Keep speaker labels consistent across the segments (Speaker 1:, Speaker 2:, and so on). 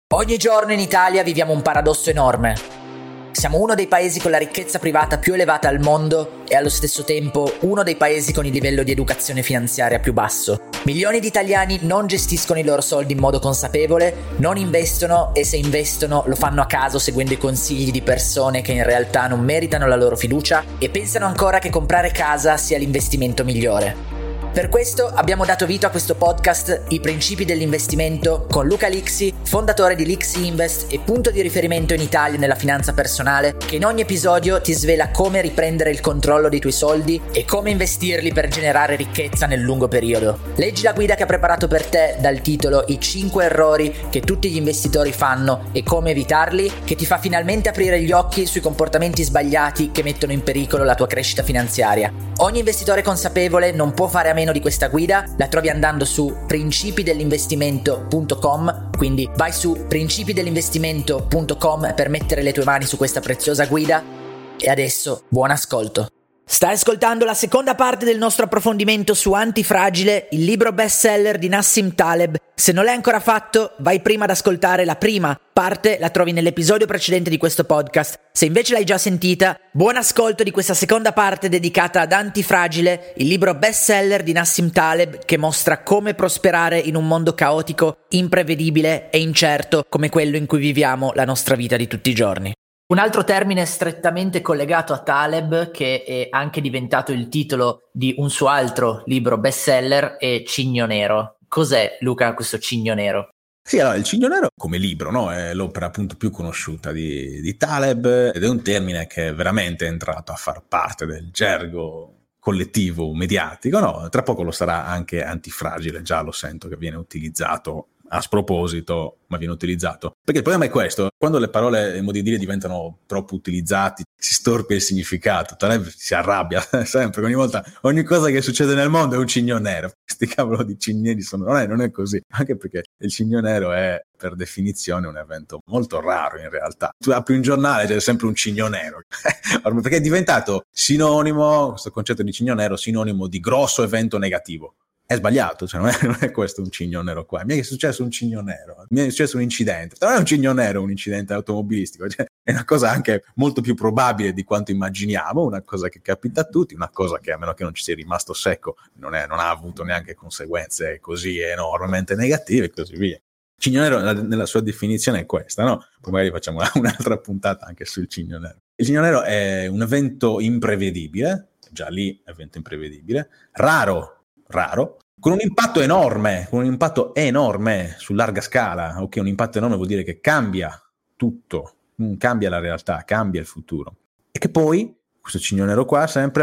Speaker 1: Ogni giorno in Italia viviamo un paradosso enorme. Siamo uno dei paesi con la ricchezza privata più elevata al mondo e allo stesso tempo uno dei paesi con il livello di educazione finanziaria più basso. Milioni di italiani non gestiscono i loro soldi in modo consapevole, non investono e se investono lo fanno a caso seguendo i consigli di persone che in realtà non meritano la loro fiducia e pensano ancora che comprare casa sia l'investimento migliore. Per questo abbiamo dato vita a questo podcast I principi dell'investimento con Luca Lixi, fondatore di Lixi Invest e punto di riferimento in Italia nella finanza personale, che in ogni episodio ti svela come riprendere il controllo dei tuoi soldi e come investirli per generare ricchezza nel lungo periodo. Leggi la guida che ha preparato per te dal titolo I 5 errori che tutti gli investitori fanno e come evitarli, che ti fa finalmente aprire gli occhi sui comportamenti sbagliati che mettono in pericolo la tua crescita finanziaria. Ogni investitore consapevole non può fare a meno di questa guida, la trovi andando su principidellinvestimento.com, quindi vai su principidellinvestimento.com per mettere le tue mani su questa preziosa guida e adesso buon ascolto. Stai ascoltando la seconda parte del nostro approfondimento su Antifragile, il libro bestseller di Nassim Taleb. Se non l'hai ancora fatto, vai prima ad ascoltare la prima parte, la trovi nell'episodio precedente di questo podcast. Se invece l'hai già sentita, buon ascolto di questa seconda parte dedicata ad Antifragile, il libro bestseller di Nassim Taleb che mostra come prosperare in un mondo caotico, imprevedibile e incerto come quello in cui viviamo la nostra vita di tutti i giorni. Un altro termine strettamente collegato a Taleb, che è anche diventato il titolo di un suo altro libro bestseller, è Cigno Nero. Cos'è, Luca, questo Cigno Nero?
Speaker 2: Sì, allora il Cigno Nero come libro, no? È l'opera appunto più conosciuta di Taleb ed è un termine che è veramente entrato a far parte del gergo collettivo mediatico, no? Tra poco lo sarà anche Antifragile, già lo sento che viene utilizzato a sproposito, ma viene utilizzato. Perché il problema è questo: quando le parole e i modi di dire diventano troppo utilizzati, si storpia il significato. Taleb si arrabbia sempre, ogni volta, ogni cosa che succede nel mondo è un cigno nero. Questi cavolo di cigni neri non è così, anche perché il cigno nero è per definizione un evento molto raro in realtà. Tu apri un giornale, c'è sempre un cigno nero, perché è diventato sinonimo, questo concetto di cigno nero, sinonimo di grosso evento negativo. È sbagliato, cioè non è questo un cigno nero qua. Mi è successo un cigno nero, mi è successo un incidente. Non è un cigno nero, un incidente automobilistico, cioè è una cosa anche molto più probabile di quanto immaginiamo, una cosa che capita a tutti, una cosa che a meno che non ci sia rimasto secco non ha avuto neanche conseguenze così enormemente negative e così via. Cigno nero nella sua definizione è questa, no? Poi magari facciamo un'altra puntata anche sul cigno nero. Il cigno nero è un evento imprevedibile, già lì evento imprevedibile, raro, con un impatto enorme su larga scala. Ok, un impatto enorme vuol dire che cambia tutto, cambia la realtà, cambia il futuro. E che poi, questo cigno nero qua sempre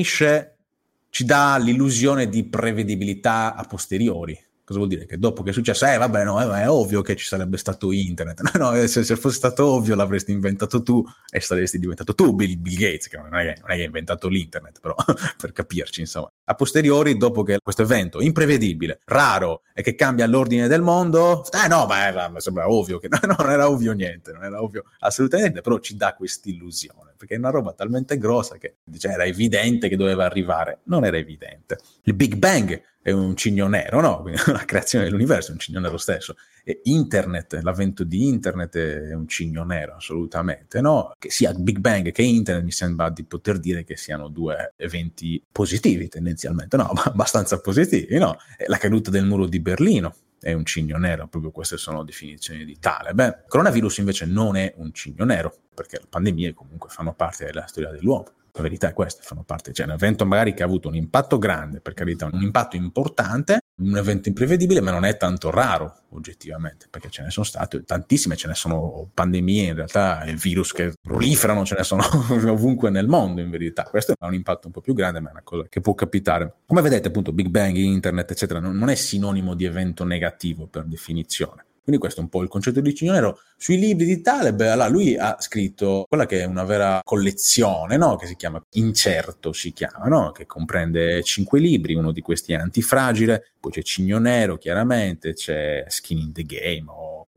Speaker 2: ci dà l'illusione di prevedibilità a posteriori. Cosa vuol dire? Che dopo che è successo, è ovvio che ci sarebbe stato internet. No, se fosse stato ovvio l'avresti inventato tu e saresti diventato tu Bill Gates, che non è che hai inventato l'internet, però per capirci, insomma. A posteriori, dopo che questo evento imprevedibile, raro e che cambia l'ordine del mondo, sembra ovvio che non era ovvio niente, non era ovvio assolutamente, però ci dà quest'illusione, perché è una roba talmente grossa che era evidente che doveva arrivare. Non era evidente. Il Big Bang è un cigno nero, no? Quindi la creazione dell'universo è un cigno nero stesso. E internet, l'avvento di internet è un cigno nero, assolutamente, no? Che sia Big Bang che internet mi sembra di poter dire che siano due eventi positivi tendenzialmente, no? Abbastanza positivi, no? E la caduta del muro di Berlino è un cigno nero, proprio queste sono definizioni di Taleb. Il coronavirus invece non è un cigno nero, perché le pandemie comunque fanno parte della storia dell'uomo. La verità è questa, fanno parte, un evento magari che ha avuto un impatto grande, per carità, un impatto importante, un evento imprevedibile, ma non è tanto raro oggettivamente, perché ce ne sono state tantissime, ce ne sono pandemie, in realtà virus che proliferano, ce ne sono ovunque nel mondo in verità. Questo ha un impatto un po' più grande, ma è una cosa che può capitare. Come vedete, appunto, Big Bang, internet, eccetera, non è sinonimo di evento negativo per definizione. Quindi questo è un po' il concetto di cigno nero. Sui libri di Taleb, allora lui ha scritto quella che è una vera collezione, no? Che si chiama Incerto, si chiama, no? Che comprende 5 libri, uno di questi è Antifragile, poi c'è Cigno Nero, chiaramente, c'è Skin in the Game, o come viene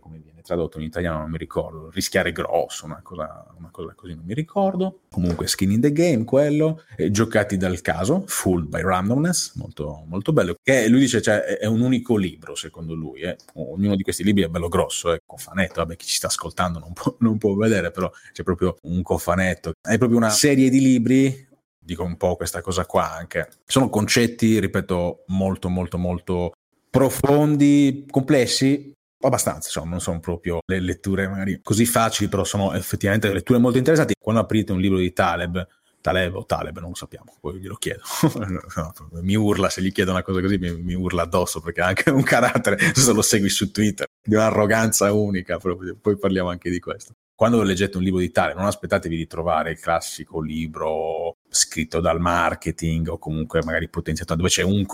Speaker 2: tradotto in italiano non mi ricordo, Rischiare grosso, una cosa così, non mi ricordo. Comunque Skin in the Game, quello, Giocati dal caso, Fooled by Randomness, molto, molto bello, che lui dice, cioè, è un unico libro secondo lui, ognuno di questi libri è bello grosso, cofanetto, vabbè, chi ci sta ascoltando non può vedere, però c'è proprio un cofanetto, è proprio una serie di libri, dico un po' questa cosa qua anche, sono concetti, ripeto, molto molto molto profondi, complessi, abbastanza, insomma, non sono proprio le letture magari così facili, però sono effettivamente letture molto interessanti. Quando aprite un libro di Taleb, non lo sappiamo, poi glielo chiedo. No, mi urla, se gli chiedo una cosa così mi urla addosso, perché ha anche un carattere, se lo segui su Twitter, di un'arroganza unica, proprio. Poi parliamo anche di questo. Quando leggete un libro di Taleb, non aspettatevi di trovare il classico libro scritto dal marketing o comunque magari potenziato, dove c'è un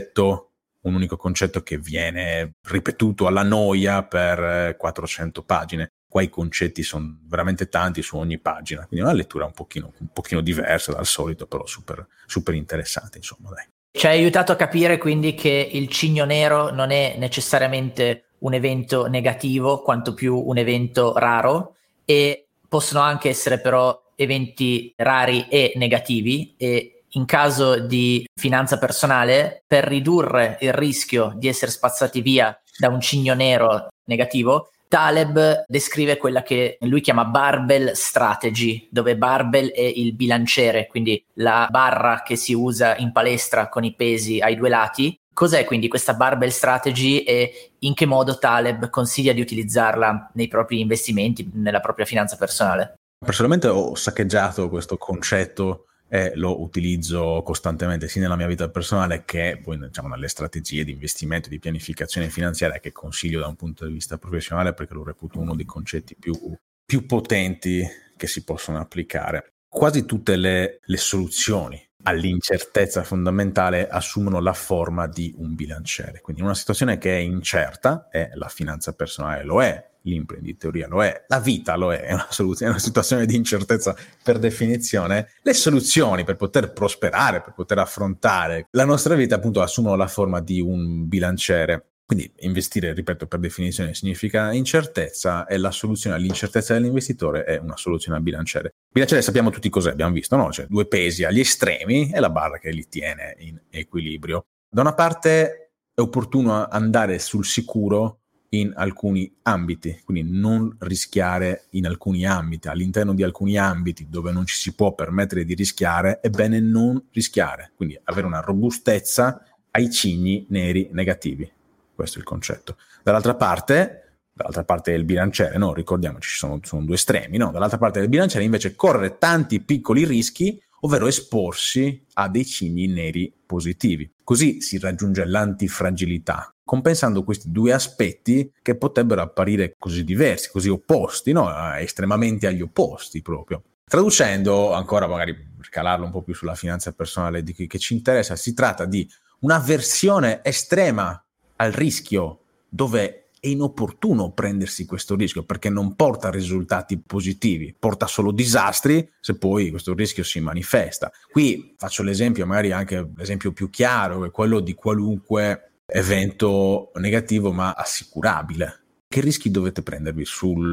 Speaker 2: unico concetto che viene ripetuto alla noia per 400 pagine. Qua i concetti sono veramente tanti su ogni pagina, quindi è una lettura un pochino diversa dal solito, però super, super interessante, insomma, dai.
Speaker 1: Ci hai aiutato a capire quindi che il Cigno Nero non è necessariamente un evento negativo, quanto più un evento raro, e possono anche essere però eventi rari e negativi, e in caso di finanza personale, per ridurre il rischio di essere spazzati via da un cigno nero negativo, Taleb descrive quella che lui chiama barbell strategy, dove barbell è il bilanciere, quindi la barra che si usa in palestra con i pesi ai due lati. Cos'è quindi questa barbell strategy e in che modo Taleb consiglia di utilizzarla nei propri investimenti, nella propria finanza personale?
Speaker 2: Personalmente ho saccheggiato questo concetto e lo utilizzo costantemente sia nella mia vita personale che poi, diciamo, nelle strategie di investimento, di pianificazione finanziaria, che consiglio da un punto di vista professionale, perché lo reputo uno dei concetti più potenti che si possono applicare. Quasi tutte le soluzioni all'incertezza fondamentale assumono la forma di un bilanciere, quindi una situazione che è incerta, e la finanza personale lo è, l'imprenditoria lo è, la vita lo è una situazione di incertezza per definizione. Le soluzioni per poter prosperare, per poter affrontare la nostra vita, appunto, assumono la forma di un bilanciere. Quindi investire, ripeto, per definizione significa incertezza, e la soluzione all'incertezza dell'investitore è una soluzione al bilanciere. Bilanciere sappiamo tutti cos'è, abbiamo visto, no? Cioè due pesi agli estremi e la barra che li tiene in equilibrio. Da una parte è opportuno andare sul sicuro in alcuni ambiti, quindi non rischiare in alcuni ambiti. All'interno di alcuni ambiti dove non ci si può permettere di rischiare, è bene non rischiare, quindi avere una robustezza ai cigni neri negativi. Questo è il concetto. Dall'altra parte è il bilanciere, no? Ricordiamoci, sono due estremi, no? Dall'altra parte del bilanciere invece correre tanti piccoli rischi, ovvero esporsi a dei cigni neri positivi. Così si raggiunge l'antifragilità, compensando questi due aspetti che potrebbero apparire così diversi, così opposti, no? Estremamente agli opposti proprio. Traducendo ancora, magari per calarlo un po' più sulla finanza personale di chi che ci interessa, si tratta di un'avversione estrema al rischio, dove è inopportuno prendersi questo rischio perché non porta risultati positivi, porta solo disastri se poi questo rischio si manifesta. Qui faccio l'esempio, magari anche l'esempio più chiaro, è quello di qualunque evento negativo ma assicurabile. Che rischi dovete prendervi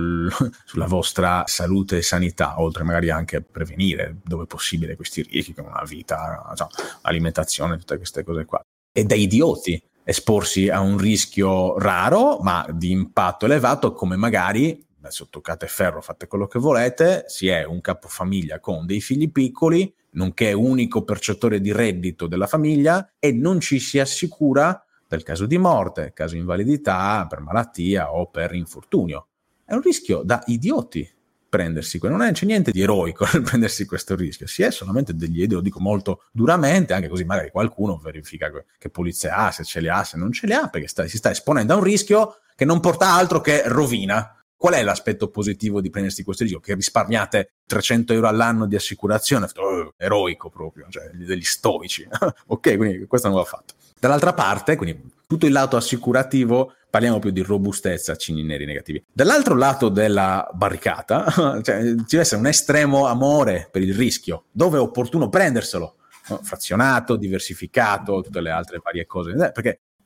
Speaker 2: sulla vostra salute e sanità, oltre magari anche a prevenire dove possibile questi rischi, come una vita, alimentazione, tutte queste cose qua. È da idioti esporsi a un rischio raro ma di impatto elevato, come magari, adesso toccate ferro, fate quello che volete, si è un capofamiglia con dei figli piccoli, nonché unico percettore di reddito della famiglia, e non ci si assicura del caso di morte, caso di invalidità, per malattia o per infortunio. È un rischio da idioti prendersi, non c'è niente di eroico nel prendersi questo rischio, si è solamente degli idioti, lo dico molto duramente, anche così magari qualcuno verifica che polizia ha, se ce li ha, se non ce li ha, perché si sta esponendo a un rischio che non porta altro che rovina. Qual è l'aspetto positivo di prendersi questo rischio? Che risparmiate 300 euro all'anno di assicurazione, eroico proprio, cioè degli stoici. Ok, quindi questo non va fatto. Dall'altra parte, quindi tutto il lato assicurativo, parliamo più di robustezza, cigni neri negativi. Dall'altro lato della barricata, cioè, ci deve essere un estremo amore per il rischio, dove è opportuno prenderselo, no? Frazionato, diversificato, tutte le altre varie cose, perché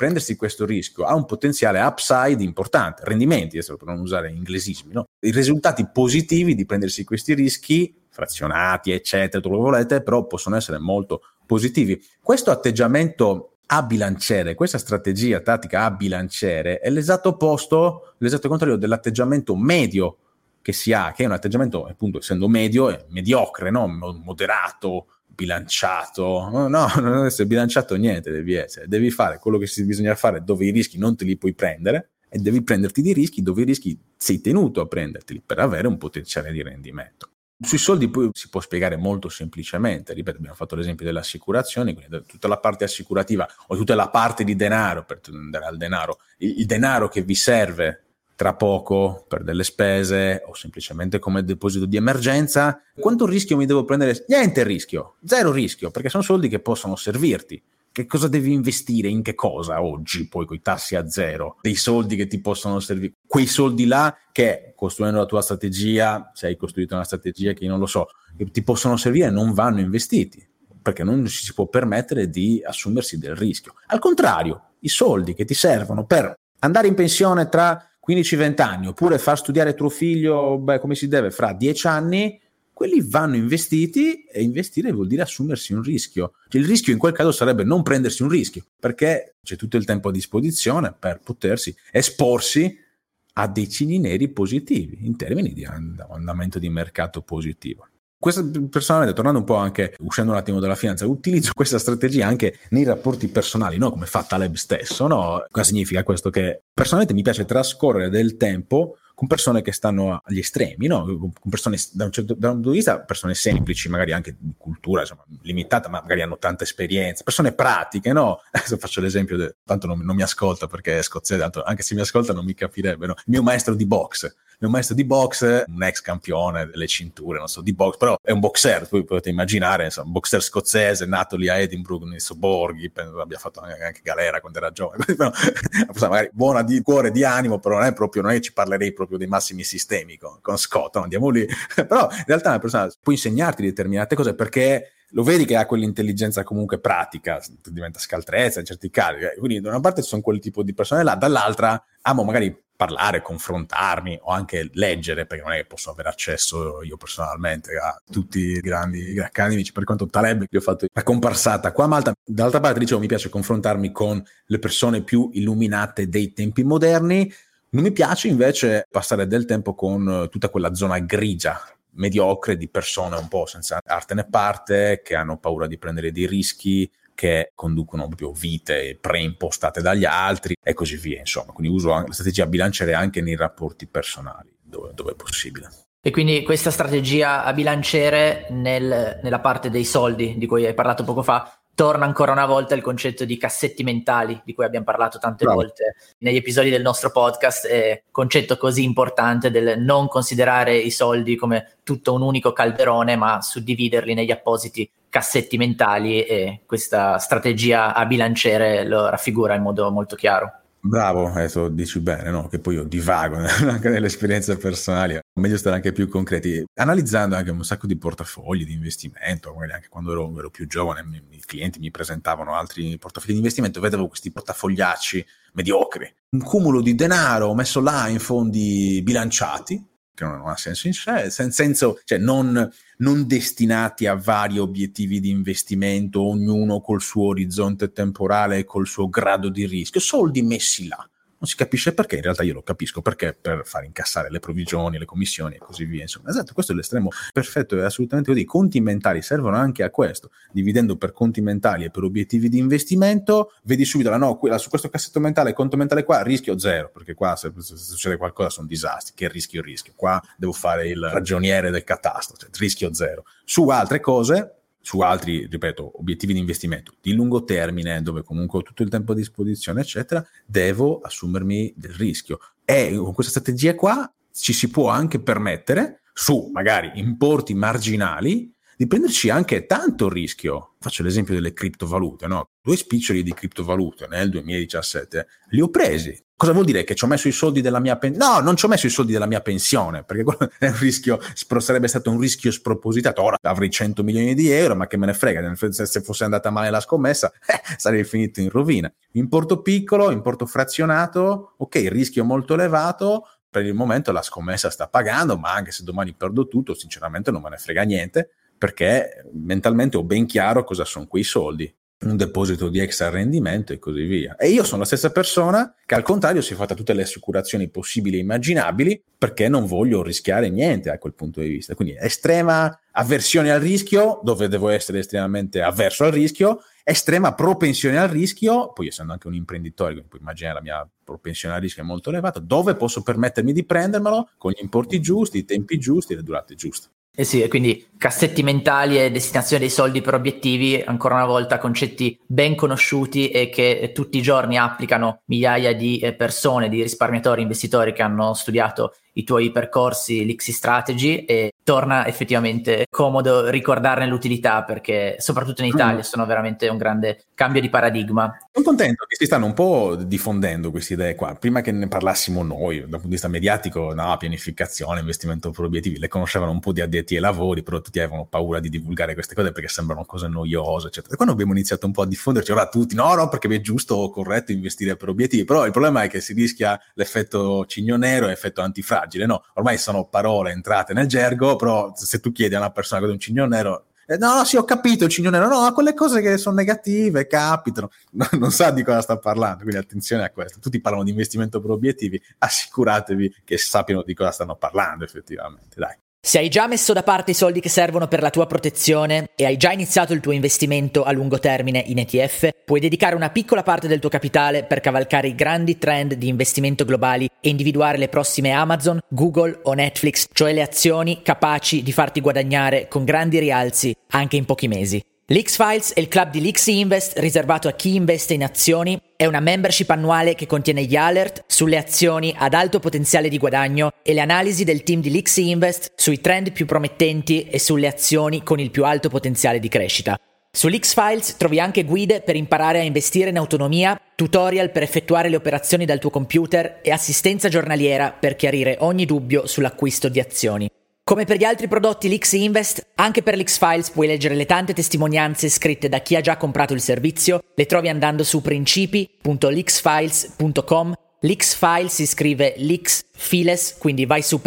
Speaker 2: prendersi questo rischio ha un potenziale upside importante, rendimenti, adesso per non usare inglesismi, no? I risultati positivi di prendersi questi rischi, frazionati, eccetera, tutto quello che volete, però possono essere molto positivi. Questo atteggiamento a bilanciere, questa strategia tattica a bilanciere è l'esatto opposto, l'esatto contrario dell'atteggiamento medio che si ha, che è un atteggiamento, appunto, essendo medio, è mediocre, no? Moderato, bilanciato. No, non deve essere bilanciato niente, devi fare quello che bisogna fare dove i rischi non te li puoi prendere e devi prenderti dei rischi dove i rischi sei tenuto a prenderteli per avere un potenziale di rendimento. Sui soldi poi si può spiegare molto semplicemente, ripeto, abbiamo fatto l'esempio delle assicurazioni, quindi tutta la parte assicurativa o tutta la parte di denaro, per andare al denaro, il denaro che vi serve tra poco per delle spese o semplicemente come deposito di emergenza, quanto rischio mi devo prendere? Niente rischio, zero rischio, perché sono soldi che possono servirti. Che cosa devi investire, in che cosa oggi poi coi tassi a zero, dei soldi che ti possono servire, quei soldi là che costruendo la tua strategia, se hai costruito una strategia che io non lo so, che ti possono servire, non vanno investiti, perché non ci si può permettere di assumersi del rischio. Al contrario, i soldi che ti servono per andare in pensione tra 15-20 anni oppure far studiare tuo figlio come si deve fra 10 anni, quelli vanno investiti, e investire vuol dire assumersi un rischio. Cioè, il rischio in quel caso sarebbe non prendersi un rischio, perché c'è tutto il tempo a disposizione per potersi esporsi a dei cigni neri positivi in termini di andamento di mercato positivo. Questo, personalmente, tornando un po' anche, uscendo un attimo dalla finanza, utilizzo questa strategia anche nei rapporti personali, no? Come fa Taleb stesso, no? Cosa significa questo? Che personalmente mi piace trascorrere del tempo con persone che stanno agli estremi, no? Con persone, da un punto di vista, persone semplici, magari anche di cultura, insomma, limitata, ma magari hanno tanta esperienza, persone pratiche, no? Adesso faccio l'esempio, tanto non mi ascolta perché è scozzese, anche se mi ascolta non mi capirebbe, no? Il mio maestro di boxe, un ex campione delle cinture, non so, di boxe, però è un boxer, voi potete immaginare, insomma, un boxer scozzese, nato lì a Edinburgh, nei sobborghi, penso abbia fatto anche galera quando era giovane, però, magari buona di cuore, di animo, però non è che ci parlerei proprio dei massimi sistemi con Scott, no? Andiamo lì, però in realtà una persona può insegnarti determinate cose perché lo vedi che ha quell'intelligenza comunque pratica, diventa scaltrezza in certi casi, quindi da una parte ci sono quel tipo di persone là, dall'altra amo magari parlare, confrontarmi o anche leggere, perché non è che posso avere accesso io personalmente a tutti i grandi accademici, per quanto Taleb gli ho fatto la comparsata qua a Malta. Dall'altra parte, dicevo, mi piace confrontarmi con le persone più illuminate dei tempi moderni. Non mi piace invece passare del tempo con tutta quella zona grigia, mediocre, di persone un po' senza arte né parte, che hanno paura di prendere dei rischi, che conducono proprio vite preimpostate dagli altri e così via, insomma. Quindi uso la strategia bilanciere anche nei rapporti personali, dove è possibile.
Speaker 1: E quindi questa strategia a bilanciere nella parte dei soldi di cui hai parlato poco fa, torna ancora una volta il concetto di cassetti mentali, di cui abbiamo parlato tante volte negli episodi del nostro podcast, concetto così importante del non considerare i soldi come tutto un unico calderone, ma suddividerli negli appositi cassetti mentali, e questa strategia a bilanciere lo raffigura in modo molto chiaro.
Speaker 2: Bravo, adesso dici bene, no? Che poi io divago anche nelle esperienze personali, meglio stare anche più concreti, analizzando anche un sacco di portafogli di investimento, magari anche quando ero più giovane i clienti mi presentavano altri portafogli di investimento, vedevo questi portafogliacci mediocri, un cumulo di denaro messo là in fondi bilanciati, che non ha senso in sé, cioè non destinati a vari obiettivi di investimento, ognuno col suo orizzonte temporale e col suo grado di rischio, soldi messi là. Non si capisce perché, in realtà io lo capisco, perché per far incassare le provvigioni, le commissioni e così via. Insomma, esatto, questo è l'estremo perfetto, è assolutamente così. I conti mentali servono anche a questo, dividendo per conti mentali e per obiettivi di investimento, vedi subito, su questo cassetto mentale, conto mentale qua, rischio zero, perché qua se succede qualcosa sono disastri, che rischio, qua devo fare il ragioniere del catasto, cioè rischio zero. Su altre cose, su altri, ripeto, obiettivi di investimento di lungo termine, dove comunque ho tutto il tempo a disposizione, eccetera, devo assumermi del rischio. E con questa strategia qua ci si può anche permettere, su magari importi marginali, di prenderci anche tanto rischio. Faccio l'esempio delle criptovalute, no? 2 spiccioli di criptovalute nel 2017 li ho presi. Cosa vuol dire? Che ci ho messo i soldi della mia pensione? No, non ci ho messo i soldi della mia pensione, perché quello è un rischio, sarebbe stato un rischio spropositato. Ora avrei 100 milioni di euro, ma che me ne frega, se fosse andata male la scommessa, sarei finito in rovina. Importo piccolo, importo frazionato, ok, rischio molto elevato, per il momento la scommessa sta pagando, ma anche se domani perdo tutto, sinceramente non me ne frega niente, perché mentalmente ho ben chiaro cosa sono quei soldi, un deposito di extra rendimento e così via. E io sono la stessa persona che al contrario si è fatta tutte le assicurazioni possibili e immaginabili, perché non voglio rischiare niente a quel punto di vista. Quindi estrema avversione al rischio, dove devo essere estremamente avverso al rischio, estrema propensione al rischio, poi essendo anche un imprenditore, quindi puoi immaginare la mia propensione al rischio è molto elevata, dove posso permettermi di prendermelo con gli importi giusti, i tempi giusti e le durate giuste.
Speaker 1: Eh sì, e quindi cassetti mentali e destinazione dei soldi per obiettivi, ancora una volta concetti ben conosciuti e che tutti i giorni applicano migliaia di persone, di risparmiatori, investitori che hanno studiato i tuoi percorsi, l'X Strategy, e torna effettivamente comodo ricordarne l'utilità, perché soprattutto in Italia sono veramente un grande cambio di paradigma.
Speaker 2: Sono contento che si stanno un po' diffondendo queste idee qua. Prima che ne parlassimo noi, dal punto di vista mediatico, no, pianificazione, investimento per obiettivi, le conoscevano un po' di addetti ai lavori, però tutti avevano paura di divulgare queste cose perché sembrano cose noiose, eccetera. E quando abbiamo iniziato un po' a diffonderci, ora tutti, no, perché è giusto o corretto investire per obiettivi, però il problema è che si rischia l'effetto cigno nero e l'effetto antifragile, no? Ormai sono parole entrate nel gergo, però se tu chiedi a una persona cosa è un cigno nero, no, sì, ho capito il cigno nero, no, quelle cose che sono negative capitano, non sa di cosa sta parlando, quindi attenzione a questo. Tutti parlano di investimento per obiettivi, assicuratevi che sappiano di cosa stanno parlando effettivamente, dai.
Speaker 1: Se hai già messo da parte i soldi che servono per la tua protezione e hai già iniziato il tuo investimento a lungo termine in ETF, puoi dedicare una piccola parte del tuo capitale per cavalcare i grandi trend di investimento globali e individuare le prossime Amazon, Google o Netflix, cioè le azioni capaci di farti guadagnare con grandi rialzi anche in pochi mesi. L'X-Files è il club di Lix Invest riservato a chi investe in azioni. È una membership annuale che contiene gli alert sulle azioni ad alto potenziale di guadagno e le analisi del team di Lix Invest sui trend più promettenti e sulle azioni con il più alto potenziale di crescita. Su L'X-Files trovi anche guide per imparare a investire in autonomia, tutorial per effettuare le operazioni dal tuo computer e assistenza giornaliera per chiarire ogni dubbio sull'acquisto di azioni. Come per gli altri prodotti Lix Invest, anche per l'X-Files puoi leggere le tante testimonianze scritte da chi ha già comprato il servizio. Le trovi andando su principi.lixfiles.com. L'X-Files si scrive Lix-Files, quindi vai su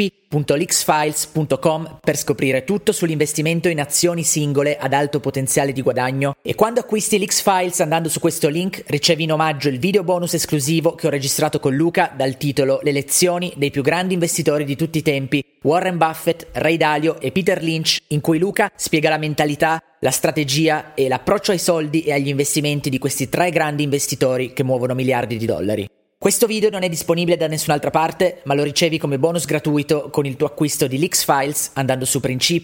Speaker 1: principi.lixfiles.com per scoprire tutto sull'investimento in azioni singole ad alto potenziale di guadagno. E quando acquisti l'X-Files andando su questo link, ricevi in omaggio il video bonus esclusivo che ho registrato con Luca dal titolo Le lezioni dei più grandi investitori di tutti i tempi, Warren Buffett, Ray Dalio e Peter Lynch, in cui Luca spiega la mentalità, la strategia e l'approccio ai soldi e agli investimenti di questi 3 grandi investitori che muovono miliardi di dollari. Questo video non è disponibile da nessun'altra parte, ma lo ricevi come bonus gratuito con il tuo acquisto di L'X-Files andando su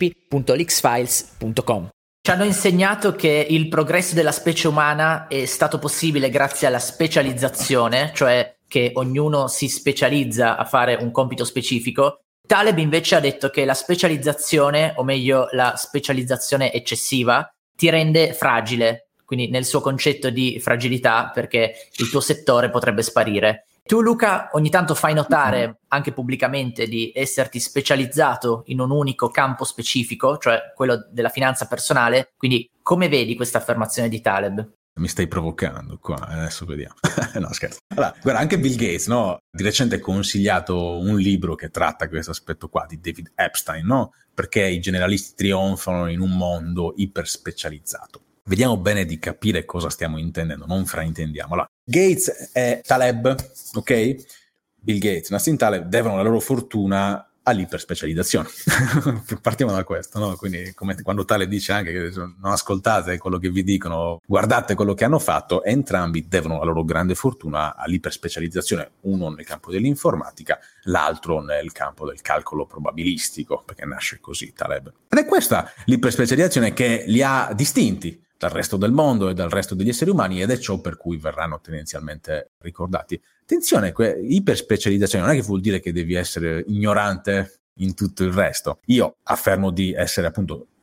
Speaker 1: principi.lixfiles.com. Ci hanno insegnato che il progresso della specie umana è stato possibile grazie alla specializzazione, cioè che ognuno si specializza a fare un compito specifico. Taleb invece ha detto che la specializzazione, o meglio la specializzazione eccessiva, ti rende fragile. Quindi nel suo concetto di fragilità, perché il tuo settore potrebbe sparire. Tu, Luca, ogni tanto fai notare, anche pubblicamente, di esserti specializzato in un unico campo specifico, cioè quello della finanza personale. Quindi come vedi questa affermazione di Taleb?
Speaker 2: Mi stai provocando qua, adesso vediamo. No, scherzo. Allora, guarda, anche Bill Gates, no? Di recente ha consigliato un libro che tratta questo aspetto qua, di David Epstein, no? Perché i generalisti trionfano in un mondo iperspecializzato. Vediamo bene di capire cosa stiamo intendendo, non fraintendiamo. Allora, Gates e Taleb, ok? Bill Gates e Nassim Taleb devono la loro fortuna all'iperspecializzazione. Partiamo da questo, no? Quindi come quando Taleb dice anche che non ascoltate quello che vi dicono, guardate quello che hanno fatto, entrambi devono la loro grande fortuna all'iperspecializzazione, uno nel campo dell'informatica, l'altro nel campo del calcolo probabilistico, perché nasce così Taleb. Ed è questa l'iperspecializzazione che li ha distinti dal resto del mondo e dal resto degli esseri umani, ed è ciò per cui verranno tendenzialmente ricordati. Attenzione, iperspecializzazione non è che vuol dire che devi essere ignorante in tutto il resto. Io affermo di essere appunto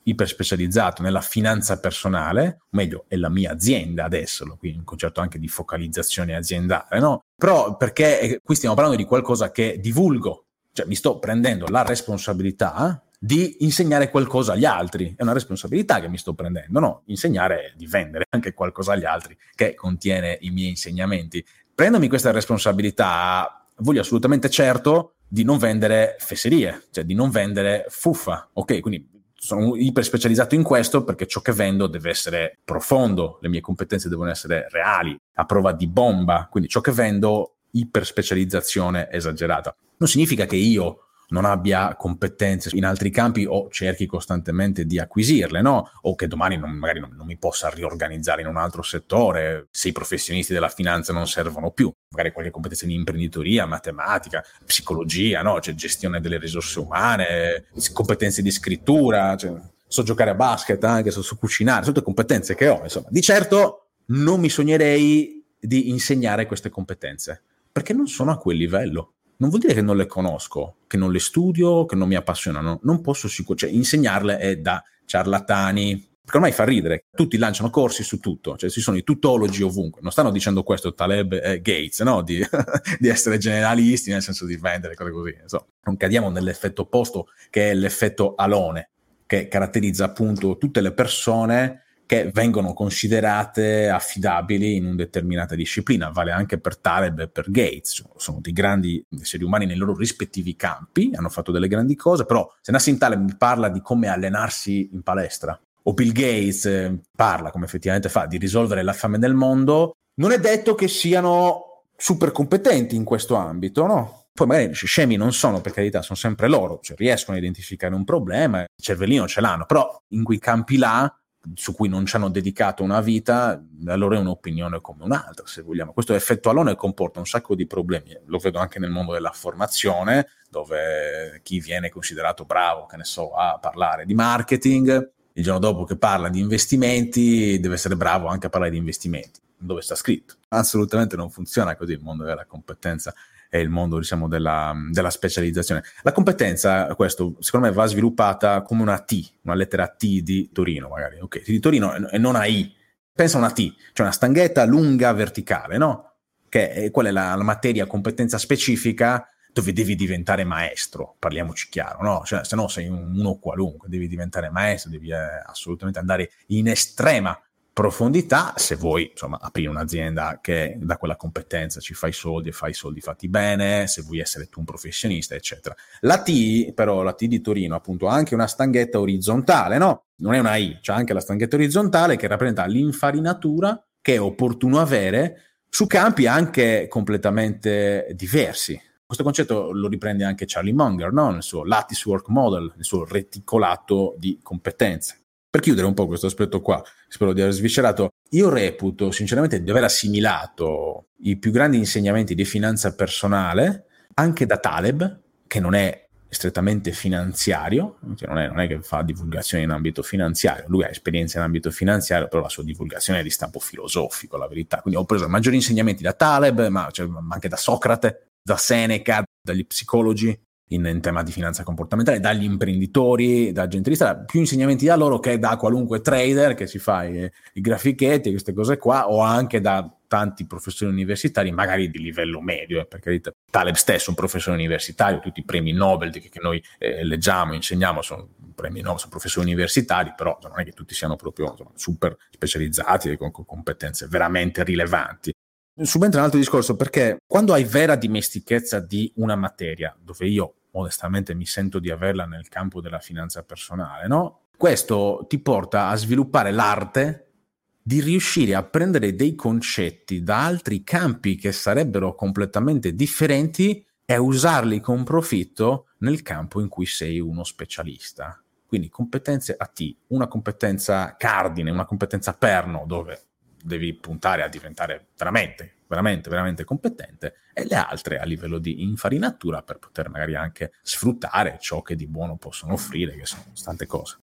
Speaker 2: iperspecializzato nella finanza personale, o meglio, è la mia azienda adesso, quindi un concetto anche di focalizzazione aziendale, no? Però perché qui stiamo parlando di qualcosa che divulgo, cioè mi sto prendendo la responsabilità di insegnare qualcosa agli altri, è una responsabilità che mi sto prendendo, no? Insegnare di vendere anche qualcosa agli altri che contiene i miei insegnamenti. Prendomi questa responsabilità, voglio assolutamente certo di non vendere fesserie, cioè di non vendere fuffa, ok? Quindi sono iper specializzato in questo perché ciò che vendo deve essere profondo, le mie competenze devono essere reali, a prova di bomba, quindi ciò che vendo, iper specializzazione esagerata. Non significa che io non abbia competenze in altri campi o cerchi costantemente di acquisirle, no? O che domani magari non mi possa riorganizzare in un altro settore se i professionisti della finanza non servono più. Magari qualche competenza in imprenditoria, matematica, psicologia, no? Cioè gestione delle risorse umane, competenze di scrittura, cioè, so giocare a basket anche, so cucinare, sono tutte competenze che ho, insomma. Di certo non mi sognerei di insegnare queste competenze, perché non sono a quel livello. Non vuol dire che non le conosco, che non le studio, che non mi appassionano. Non posso cioè insegnarle è da ciarlatani, perché ormai fa ridere. Tutti lanciano corsi su tutto, cioè ci sono i tutologi ovunque. Non stanno dicendo questo Taleb e Gates, no? Di essere generalisti nel senso di vendere cose così. Insomma, non cadiamo nell'effetto opposto, che è l'effetto alone, che caratterizza appunto tutte le persone che vengono considerate affidabili in una determinata disciplina. Vale anche per Taleb e per Gates, sono dei grandi esseri umani nei loro rispettivi campi, hanno fatto delle grandi cose, però se Nassim Taleb mi parla di come allenarsi in palestra, o Bill Gates parla, come effettivamente fa, di risolvere la fame nel mondo, non è detto che siano super competenti in questo ambito, no? Poi magari scemi non sono, per carità, sono sempre loro, cioè riescono a identificare un problema, il cervellino ce l'hanno, però in quei campi là su cui non ci hanno dedicato una vita, allora è un'opinione come un'altra, se vogliamo. Questo effetto alone comporta un sacco di problemi, lo vedo anche nel mondo della formazione, dove chi viene considerato bravo, che ne so, a parlare di marketing, il giorno dopo che parla di investimenti deve essere bravo anche a parlare di investimenti. Dove sta scritto? Assolutamente non funziona così il mondo della competenza e il mondo, diciamo, della specializzazione. La competenza, questo, secondo me va sviluppata come una T, una lettera T di Torino, magari. Ok, T di Torino e non a I. Pensa a una T, cioè una stanghetta lunga verticale, no? Qual è la materia competenza specifica dove devi diventare maestro, parliamoci chiaro, no? Cioè, se no sei uno qualunque, devi diventare maestro, devi assolutamente andare in estrema profondità se vuoi, insomma, aprire un'azienda che da quella competenza ci fai soldi e fai i soldi fatti bene, se vuoi essere tu un professionista, eccetera. La T, però, la T di Torino, appunto, ha anche una stanghetta orizzontale, no? Non è una I, c'è anche la stanghetta orizzontale che rappresenta l'infarinatura che è opportuno avere su campi anche completamente diversi. Questo concetto lo riprende anche Charlie Munger, no? Nel suo Lattice Work Model, nel suo reticolato di competenze. Per chiudere un po' questo aspetto qua, spero di aver sviscerato, io reputo sinceramente di aver assimilato i più grandi insegnamenti di finanza personale anche da Taleb, che non è strettamente finanziario, cioè non è che fa divulgazione in ambito finanziario, lui ha esperienza in ambito finanziario, però la sua divulgazione è di stampo filosofico, la verità. Quindi ho preso maggiori insegnamenti da Taleb, ma anche da Socrate, da Seneca, dagli psicologi, in tema di finanza comportamentale, dagli imprenditori, da gente di strada, più insegnamenti da loro che da qualunque trader che si fa i grafichetti, queste cose qua, o anche da tanti professori universitari, magari di livello medio, perché Taleb stesso è un professore universitario, tutti i premi Nobel che noi leggiamo, insegniamo, sono premi Nobel, sono professori universitari, però non è che tutti siano proprio super specializzati con competenze veramente rilevanti. Subentra un altro discorso, perché quando hai vera dimestichezza di una materia, dove io onestamente mi sento di averla nel campo della finanza personale, no? Questo ti porta a sviluppare l'arte di riuscire a prendere dei concetti da altri campi che sarebbero completamente differenti e a usarli con profitto nel campo in cui sei uno specialista. Quindi competenze a T, una competenza cardine, una competenza perno, dove devi puntare a diventare veramente competente, e le altre a livello di infarinatura per poter magari anche sfruttare ciò che di buono possono offrire, che sono tante cose.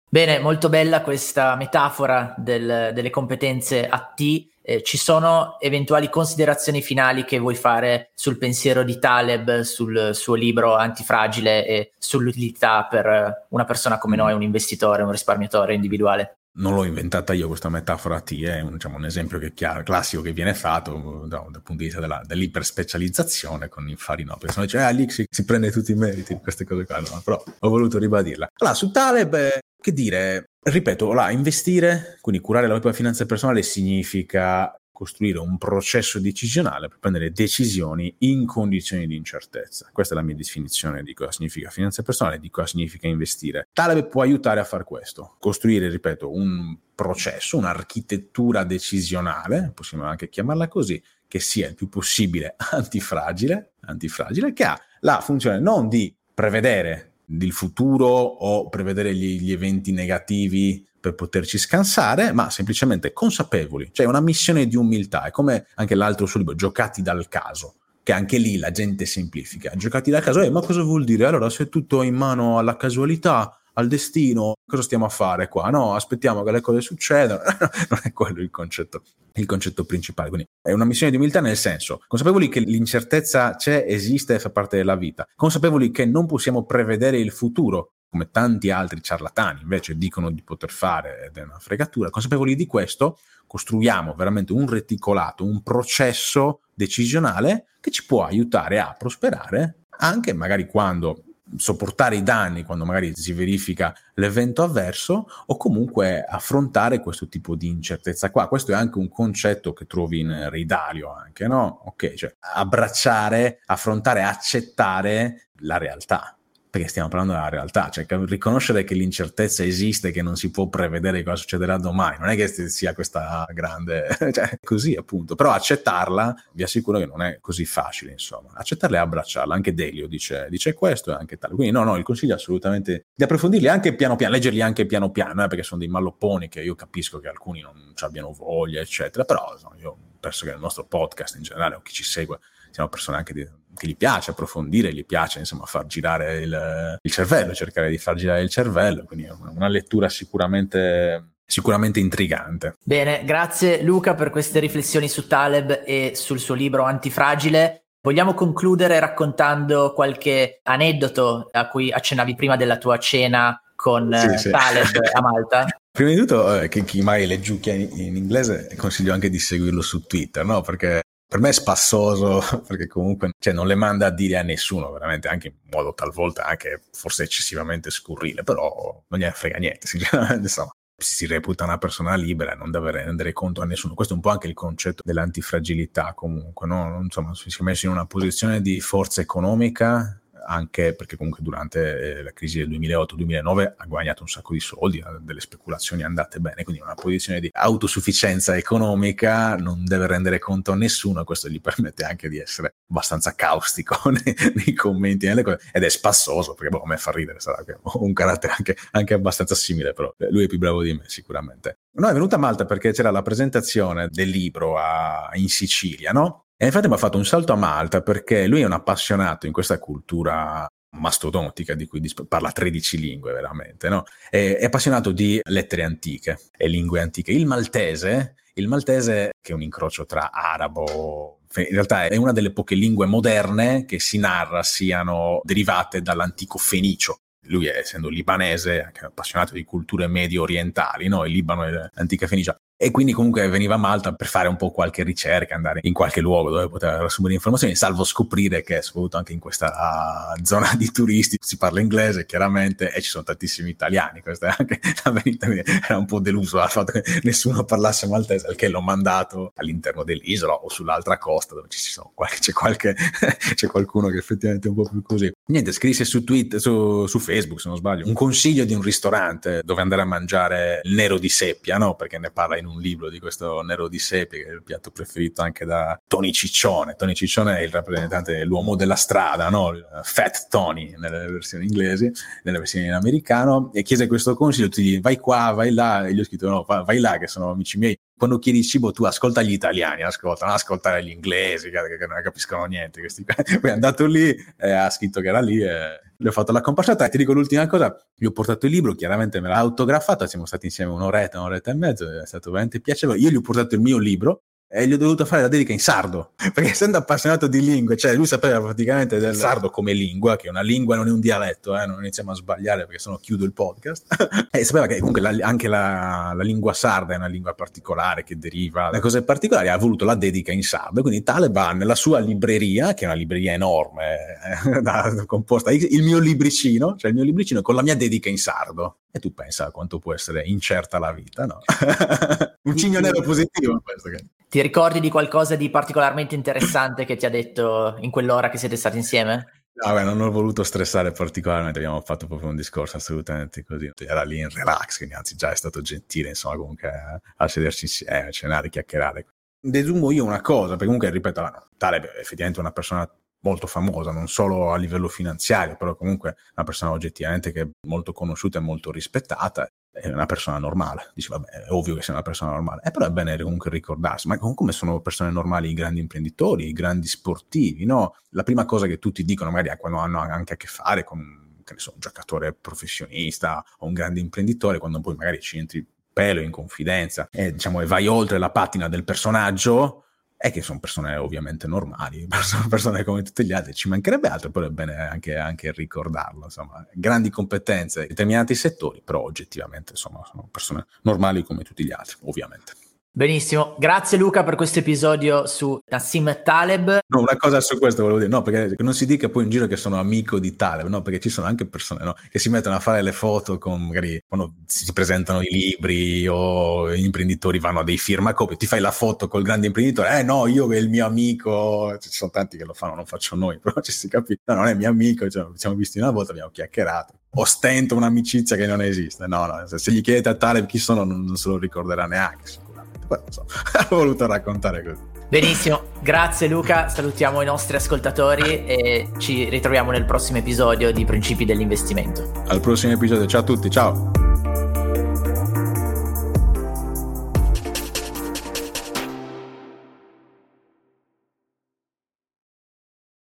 Speaker 1: Bene, molto bella questa metafora delle competenze a T. Ci sono eventuali considerazioni finali che vuoi fare sul pensiero di Taleb, sul suo libro Antifragile e sull'utilità per una persona come noi, un investitore, un risparmiatore individuale?
Speaker 2: Non l'ho inventata io questa metafora T, è un esempio che è chiaro, classico, che viene fatto dal punto di vista dell'iperspecializzazione con Infarino, perché se no dice lì si prende tutti i meriti di queste cose qua, no, però ho voluto ribadirla. Allora, su Taleb, che dire, ripeto, investire, quindi curare la propria finanza personale significa costruire un processo decisionale per prendere decisioni in condizioni di incertezza. Questa è la mia definizione di cosa significa finanza personale e di cosa significa investire. Taleb può aiutare a far questo, costruire, ripeto, un processo, un'architettura decisionale, possiamo anche chiamarla così, che sia il più possibile antifragile, che ha la funzione non di prevedere il futuro o prevedere gli eventi negativi per poterci scansare, ma semplicemente consapevoli, cioè una missione di umiltà. È come anche l'altro suo libro, Giocati dal caso, che anche lì la gente semplifica. Giocati dal caso, ma cosa vuol dire? Allora, se è tutto in mano alla casualità, al destino, cosa stiamo a fare qua? No, aspettiamo che le cose succedano. Non è quello il concetto principale. Quindi è una missione di umiltà, nel senso, consapevoli che l'incertezza c'è, esiste e fa parte della vita, consapevoli che non possiamo prevedere il futuro, come tanti altri ciarlatani invece dicono di poter fare, ed è una fregatura. Consapevoli di questo, costruiamo veramente un reticolato, un processo decisionale che ci può aiutare a prosperare, anche magari quando sopportare i danni, quando magari si verifica l'evento avverso, o comunque affrontare questo tipo di incertezza qua. Questo è anche un concetto che trovi in Ray Dalio anche, no? Ok, cioè abbracciare, affrontare, accettare la realtà, perché stiamo parlando della realtà, cioè riconoscere che l'incertezza esiste, che non si può prevedere cosa succederà domani, non è che sia questa grande, cioè così appunto, però accettarla vi assicuro che non è così facile, insomma, accettarla e abbracciarla. Anche Delio dice questo e anche tale, quindi no, il consiglio è assolutamente di approfondirli anche piano piano, leggerli anche piano piano, perché sono dei mallopponi che io capisco che alcuni non ci abbiano voglia, eccetera, però no, io penso che nel nostro podcast in generale, o chi ci segue, siamo persone anche che gli piace approfondire, gli piace insomma far girare il cervello, cercare di far girare il cervello, quindi è una lettura sicuramente intrigante.
Speaker 1: Bene, grazie Luca per queste riflessioni su Taleb e sul suo libro Antifragile. Vogliamo concludere raccontando qualche aneddoto a cui accennavi prima della tua cena con Taleb a Malta?
Speaker 2: Prima di tutto, chi mai leggiucchia in inglese, consiglio anche di seguirlo su Twitter, no? Perché per me è spassoso, perché comunque non le manda a dire a nessuno, veramente, anche in modo talvolta anche forse eccessivamente scurrile, però non gliene frega niente, sinceramente, insomma. Si reputa una persona libera e non deve rendere conto a nessuno. Questo è un po' anche il concetto dell'antifragilità, comunque, no? Insomma, si è messo in una posizione di forza economica, anche perché comunque durante la crisi del 2008-2009 ha guadagnato un sacco di soldi, delle speculazioni andate bene, quindi una posizione di autosufficienza economica, non deve rendere conto a nessuno, e questo gli permette anche di essere abbastanza caustico nei commenti ed è spassoso, perché a me fa ridere, sarà che ho un carattere anche abbastanza simile, però lui è più bravo di me sicuramente. No, è venuta a Malta perché c'era la presentazione del libro in Sicilia, no? E infatti mi ha fatto un salto a Malta perché lui è un appassionato in questa cultura mastodontica di cui parla 13 lingue veramente, no? È appassionato di lettere antiche e lingue antiche. Il maltese, che è un incrocio tra arabo, in realtà è una delle poche lingue moderne che si narra siano derivate dall'antico fenicio. Lui, essendo libanese, anche appassionato di culture medio orientali, no? Il Libano e l'antica Fenicia. E quindi comunque veniva a Malta per fare un po' qualche ricerca, andare in qualche luogo dove poter assumere informazioni, salvo scoprire che soprattutto anche in questa zona di turisti si parla inglese chiaramente e ci sono tantissimi italiani. Questa è anche la verità, era un po' deluso dal fatto che nessuno parlasse maltese, al che l'ho mandato all'interno dell'isola o sull'altra costa dove c'è qualcuno che effettivamente è un po' più così. Niente, scrisse su Twitter, su Facebook se non sbaglio, un consiglio di un ristorante dove andare a mangiare il nero di seppia, no? Perché ne parla in un libro di questo nero di seppia, che è il piatto preferito anche da Tony Ciccione. Tony Ciccione è il rappresentante dell'uomo della strada, no? Fat Tony nelle versioni inglesi, nelle versioni in americano, e chiese questo consiglio, ti dice vai qua, vai là, e gli ho scritto no, vai là che sono amici miei. quando chiedi cibo tu ascolta gli italiani, non ascoltare gli inglesi che non capiscono niente. Poi è andato lì, ha scritto che era lì e gli ho fatto la comparsata. E ti dico l'ultima cosa, gli ho portato il libro, chiaramente me l'ha autografato, siamo stati insieme un'oretta e mezzo, è stato veramente piacevole. Io gli ho portato il mio libro e gli ho dovuto fare la dedica in sardo, perché essendo appassionato di lingue, cioè lui sapeva praticamente del sardo come lingua, che una lingua non è un dialetto, non iniziamo a sbagliare perché sennò chiudo il podcast, e sapeva che comunque anche la lingua sarda è una lingua particolare che deriva da cose particolari, ha voluto la dedica in sardo, quindi Taleb ha nella sua libreria, che è una libreria enorme, composta, il mio libricino con la mia dedica in sardo, e tu pensa a quanto può essere incerta la vita, no? Un cigno nero positivo questo.
Speaker 1: Ti ricordi di qualcosa di particolarmente interessante che ti ha detto in quell'ora che siete stati insieme?
Speaker 2: No, non ho voluto stressare particolarmente, abbiamo fatto proprio un discorso assolutamente così, era lì in relax, quindi anzi già è stato gentile, insomma, comunque a sederci insieme, a cenare, chiacchierare. Desumo io una cosa, perché comunque, ripeto, Taleb è effettivamente una persona molto famosa, non solo a livello finanziario, però comunque una persona oggettivamente che è molto conosciuta e molto rispettata, è una persona normale. Dici, vabbè, è ovvio che sia una persona normale, però è bene comunque ricordarsi, ma come sono persone normali i grandi imprenditori, i grandi sportivi, no? La prima cosa che tutti dicono, magari quando hanno anche a che fare con, che ne so, un giocatore professionista o un grande imprenditore, quando poi magari ci entri pelo in confidenza e diciamo e vai oltre la patina del personaggio, è che sono persone ovviamente normali, sono persone come tutti gli altri, ci mancherebbe altro, però è bene anche ricordarlo, insomma, grandi competenze in determinati settori, però oggettivamente insomma sono persone normali come tutti gli altri, ovviamente.
Speaker 1: Benissimo, grazie Luca per questo episodio su Nassim Taleb.
Speaker 2: No, una cosa su questo volevo dire, no, perché non si dica poi in giro che sono amico di Taleb, no, perché ci sono anche persone, no, che si mettono a fare le foto con, magari quando si presentano i libri o gli imprenditori vanno a dei firmacopie, ti fai la foto col grande imprenditore, no, io e il mio amico, ci sono tanti che lo fanno, non faccio noi, però ci si capisce, no, non è mio amico, cioè, ci siamo visti una volta, abbiamo chiacchierato, ostento un'amicizia che non esiste, no, se gli chiedete a Taleb chi sono non se lo ricorderà neanche. Non so, ho voluto raccontare così.
Speaker 1: Benissimo, grazie Luca, salutiamo i nostri ascoltatori e ci ritroviamo nel prossimo episodio di Principi dell'Investimento.
Speaker 2: Al prossimo episodio, ciao a tutti, ciao.